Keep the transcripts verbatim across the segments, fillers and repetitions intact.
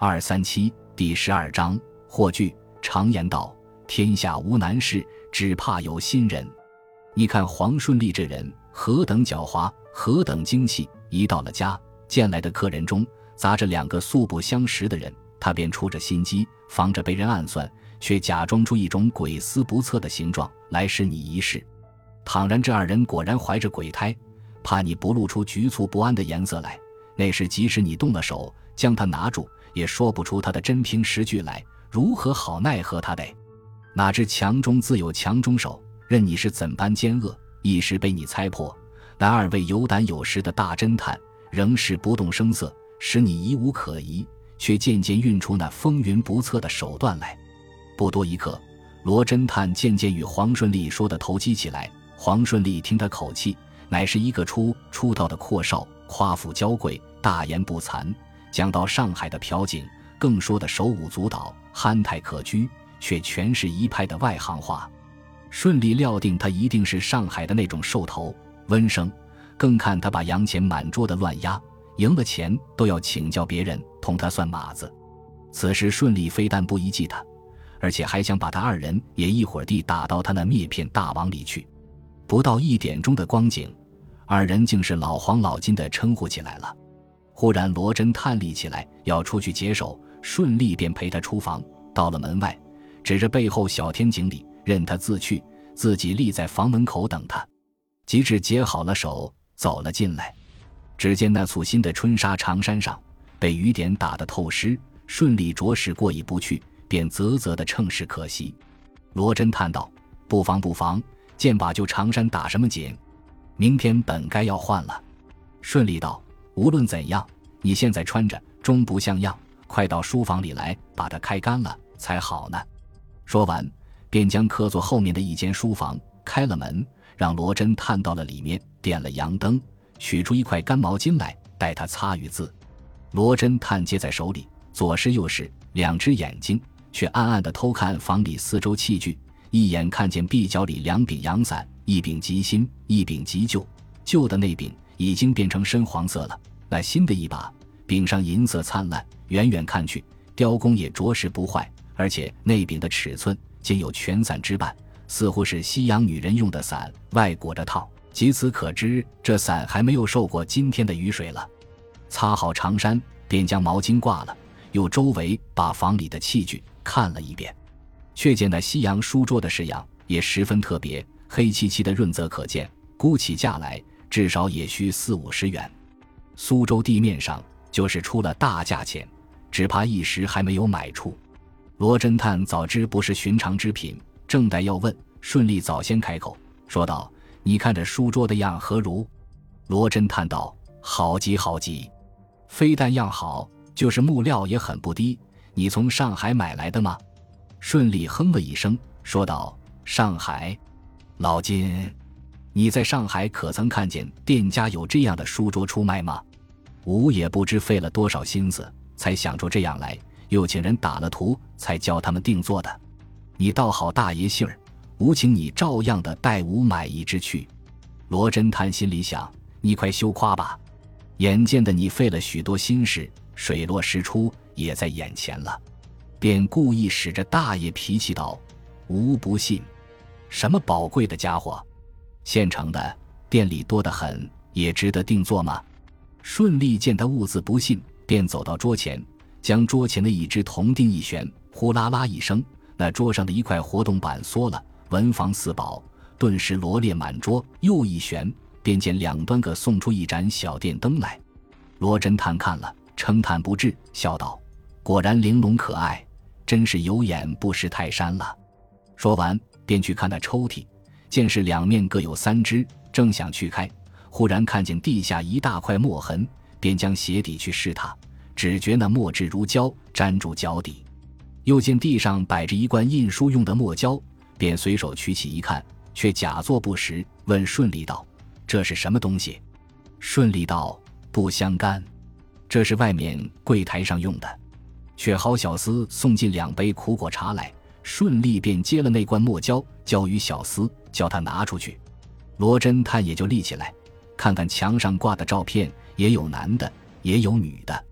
二三七第十二章。霍炬。常言道，天下无难事，只怕有心人。你看黄顺利这人何等狡猾，何等精细，一到了家，见来的客人中砸着两个素不相识的人，他便出着心机，防着被人暗算，却假装出一种鬼思不测的形状来使你一试。倘然这二人果然怀着鬼胎，怕你不露出局促不安的颜色来，那时即使你动了手将他拿住，也说不出他的真凭实据来，如何好奈何他得？哪知强中自有强中手，任你是怎般奸恶，一时被你猜破，那二位有胆有识的大侦探仍是不动声色，使你疑无可疑，却渐渐运出那风云不测的手段来。不多一刻，罗侦探渐渐与黄顺利说得投机起来。黄顺利听他口气，乃是一个初出道的阔少，夸父娇贵，大言不惭，讲到上海的嫖景，更说得手舞足蹈，憨态可掬，却全是一派的外行话。顺利料定他一定是上海的那种兽头温生，更看他把洋钱满桌的乱压，赢了钱都要请教别人同他算码子。此时顺利非但不依计他，而且还想把他二人也一会儿地打到他那灭片大网里去。不到一点钟的光景，二人竟是老黄老金的称呼起来了。忽然罗侦探立起来要出去解手，顺利便陪他出房，到了门外，指着背后小天井里任他自去，自己立在房门口等他。及至解好了手，走了进来，只见那簇新的春纱长衫上被雨点打得透湿，顺利着实过意不去，便啧啧的称是可惜。罗侦探道：不妨不妨，见把旧长衫打什么紧？明天本该要换了。顺利道：无论怎样，你现在穿着终不像样，快到书房里来，把它开干了才好呢。说完便将客座后面的一间书房开了门，让罗侦探到了里面，点了洋灯，取出一块干毛巾来带他擦雨渍。罗侦探接在手里，左视右视，两只眼睛却暗暗地偷看房里四周器具，一眼看见壁角里两柄阳伞，一柄极新，一柄极旧，旧的那柄已经变成深黄色了，那新的一把柄上银色灿烂，远远看去雕工也着实不坏，而且那柄的尺寸竟有全伞之半，似乎是西洋女人用的伞，外裹着套，即此可知这伞还没有受过今天的雨水了。擦好长衫，便将毛巾挂了，又周围把房里的器具看了一遍，却见那西洋书桌的式样也十分特别，黑漆漆的润泽可见，估起价来至少也需四五十元。苏州地面上就是出了大价钱，只怕一时还没有买处。罗侦探早知不是寻常之品，正待要问，顺利早先开口说道：你看这书桌的样何如？罗侦探道：好极好极，非但样好，就是木料也很不低，你从上海买来的吗？顺利哼了一声说道：上海？老金，你在上海可曾看见店家有这样的书桌出卖吗？吾也不知费了多少心思才想出这样来，又请人打了图才教他们定做的。你倒好大爷信儿，吾请你照样的待吾买一只去。罗侦探心里想，你快休夸吧，眼见的你费了许多心事，水落石出也在眼前了，便故意使着大爷脾气道：吾不信。什么宝贵的家伙，现成的店里多得很，也值得定做吗？顺利见他兀自不信，便走到桌前，将桌前的一只铜锭一旋，呼啦啦一声，那桌上的一块活动板缩了，文房四宝顿时罗列满桌，又一旋，便见两端各送出一盏小电灯来。罗侦探看了，称叹不至，笑道：果然玲珑可爱，真是有眼不识泰山了。说完便去看那抽屉，见是两面各有三只，正想去开，忽然看见地下一大块墨痕，便将鞋底去试它，只觉那墨质如胶，粘住脚底。又见地上摆着一罐印书用的墨胶，便随手取起一看，却假作不识，问顺利道：这是什么东西？顺利道：不相干，这是外面柜台上用的。却好小厮送进两杯苦果茶来，顺利便接了那罐墨胶，交与小厮，叫他拿出去。罗侦探也就立起来，看看墙上挂的照片，也有男的也有女的，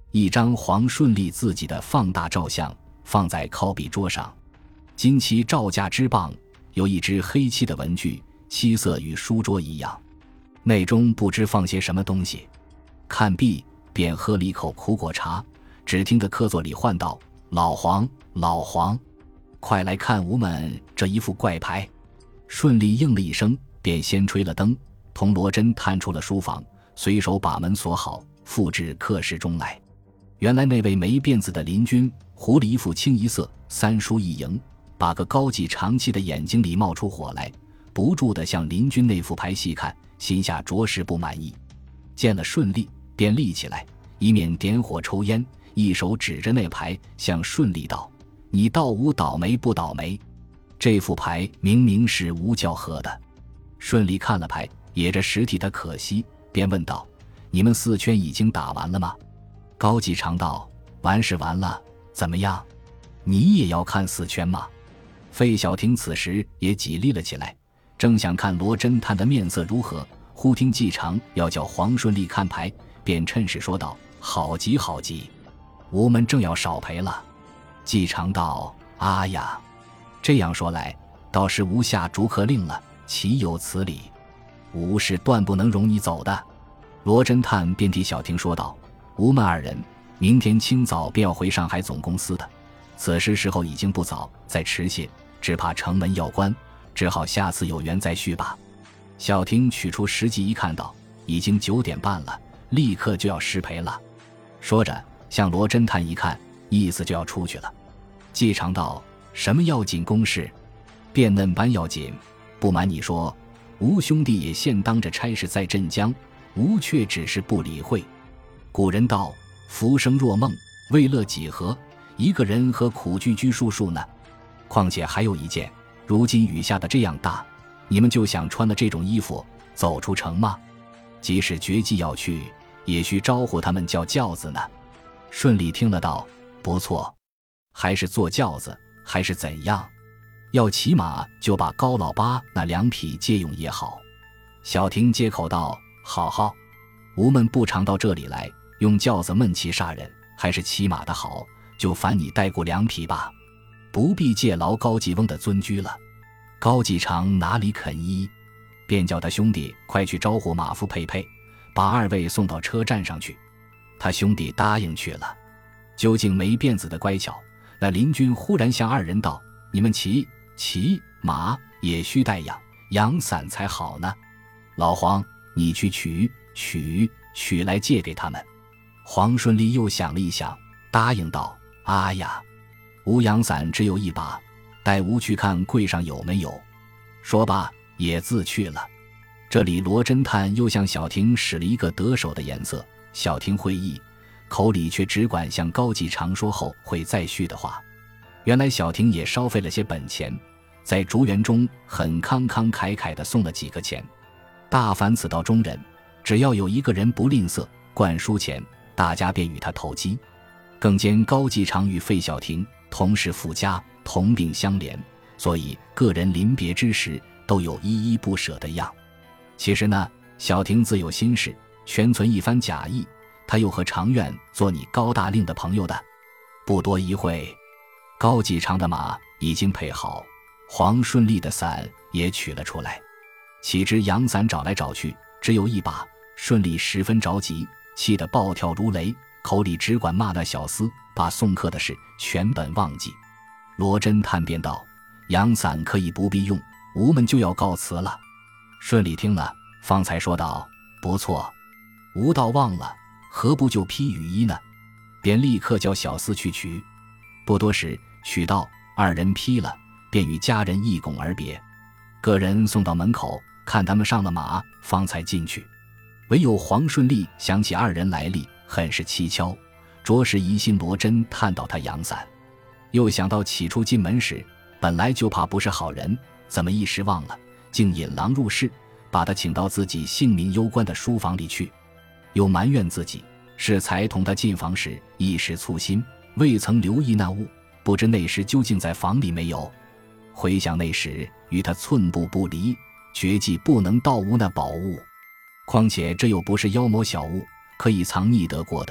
一张黄顺利自己的放大照相放在靠壁桌上，金漆照架之傍有一只黑漆的文具，漆色与书桌一样，内中不知放些什么东西。看毕便喝了一口苦果茶，只听得客座里唤道：老黄，老黄，快来看吾们这一副怪牌。顺利应了一声，便先吹了灯，同罗真探出了书房，随手把门锁好，复至客室中来。原来那位没辫子的邻军糊了一副清一色，三书一迎，把个高髻长气的眼睛里冒出火来，不住地向邻军那副牌细看，心下着实不满意。见了顺利，便立起来，一面点火抽烟，一手指着那牌向顺利道：你倒无倒霉不倒霉？这副牌明明是吴教和的。顺利看了牌，也着实替他可惜，便问道：你们四圈已经打完了吗？高继长道：完是完了，怎么样？你也要看四圈吗？费小婷此时也挤立了起来，正想看罗侦探的面色如何，忽听继长要叫黄顺利看牌，便趁势说道：好急好急，吾们正要少赔了。继长道：啊呀，这样说来，倒是吾下逐客令了，岂有此理？吾是断不能容你走的。罗侦探便替小婷说道：吾们二人明天清早便要回上海总公司的，此时时候已经不早，再迟些只怕城门要关，只好下次有缘再续吧。小婷取出时计一看到已经九点半了，立刻就要失陪了。说着向罗侦探一看，意思就要出去了。继长道：什么要紧公事？便嫩般要紧，不瞒你说，吴兄弟也现当着差事在镇江，吴却只是不理会。古人道：浮生若梦，为乐几何？一个人何苦居居数数呢？况且还有一件，如今雨下的这样大，你们就想穿了这种衣服走出城吗？即使决计要去，也需招呼他们叫轿子呢。顺利听了道：不错，还是坐轿子，还是怎样？要骑马就把高老八那两匹借用也好。小婷接口道：好好，吾们不常到这里来，用轿子闷气杀人，还是骑马的好，就烦你带过两匹吧，不必借劳高继翁的尊居了。高继长哪里肯依，便叫他兄弟快去招呼马夫佩佩，把二位送到车站上去。他兄弟答应去了。究竟没辫子的乖巧，那邻军忽然向二人道：你们骑骑马也需带养阳伞才好呢。老黄，你去取取取来借给他们。黄顺利又想了一想，答应道：啊呀，吾阳伞只有一把，带吾去看柜上有没有。说罢也自去了。这里罗侦探又向小婷使了一个得手的颜色，小婷会意，口里却只管向高继长说后会再续的话。原来小婷也烧费了些本钱，在竹园中很慷慷慨慨地送了几个钱。大凡此道中人，只要有一个人不吝啬灌输钱，大家便与他投机。更兼高继长与费小婷同是富家，同病相怜，所以个人临别之时都有依依不舍的样。其实呢，小婷自有心事，全存一番假意，他又何常愿做你高大令的朋友的。不多一会，高继长的马已经配好，黄顺利的伞也取了出来。岂知阳伞找来找去，只有一把。顺利十分着急，气得暴跳如雷，口里只管骂那小厮，把送客的事全本忘记。罗侦探便道：阳伞可以不必用，吾们就要告辞了。顺利听了，方才说道：不错，吾倒忘了，何不就披雨衣呢？便立刻叫小厮去取。不多时取到，二人披了，便与家人一拱而别。个人送到门口，看他们上了马，方才进去。唯有黄顺利想起二人来历，很是蹊跷，着实疑心罗真探到他阳伞。又想到起初进门时本来就怕不是好人，怎么一时忘了，竟引狼入室，把他请到自己性命攸关的书房里去。又埋怨自己适才同他进房时一时粗心，未曾留意那物，不知那时究竟在房里没有。回想那时与他寸步不离，绝技不能盗无那宝物。况且这又不是妖魔小物，可以藏匿得过的，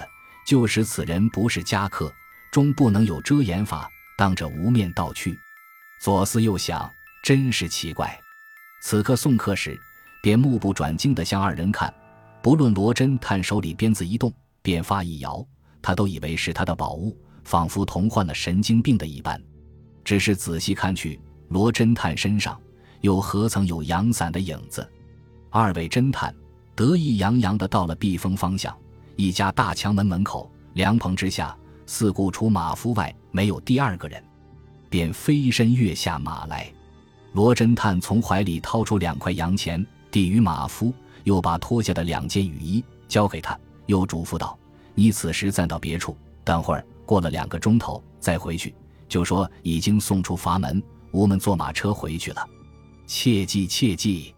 就使此人不是家客，终不能有遮掩法，当着无面道去。左思右想，真是奇怪。此刻送客时，便目不转睛地向二人看，不论罗侦探手里鞭子一动，便发一摇，他都以为是他的宝物，仿佛同患了神经病的一般。只是仔细看去，罗侦探身上又何曾有阳伞的影子？二位侦探得意洋洋地到了避风方向，一家大墙门门口，凉棚之下，四顾除马夫外没有第二个人，便飞身跃下马来。罗侦探从怀里掏出两块洋钱，递与马夫，又把脱下的两件雨衣交给他，又嘱咐道：你此时暂到别处，等会儿过了两个钟头再回去，就说已经送出阀门，我们坐马车回去了。切记切记。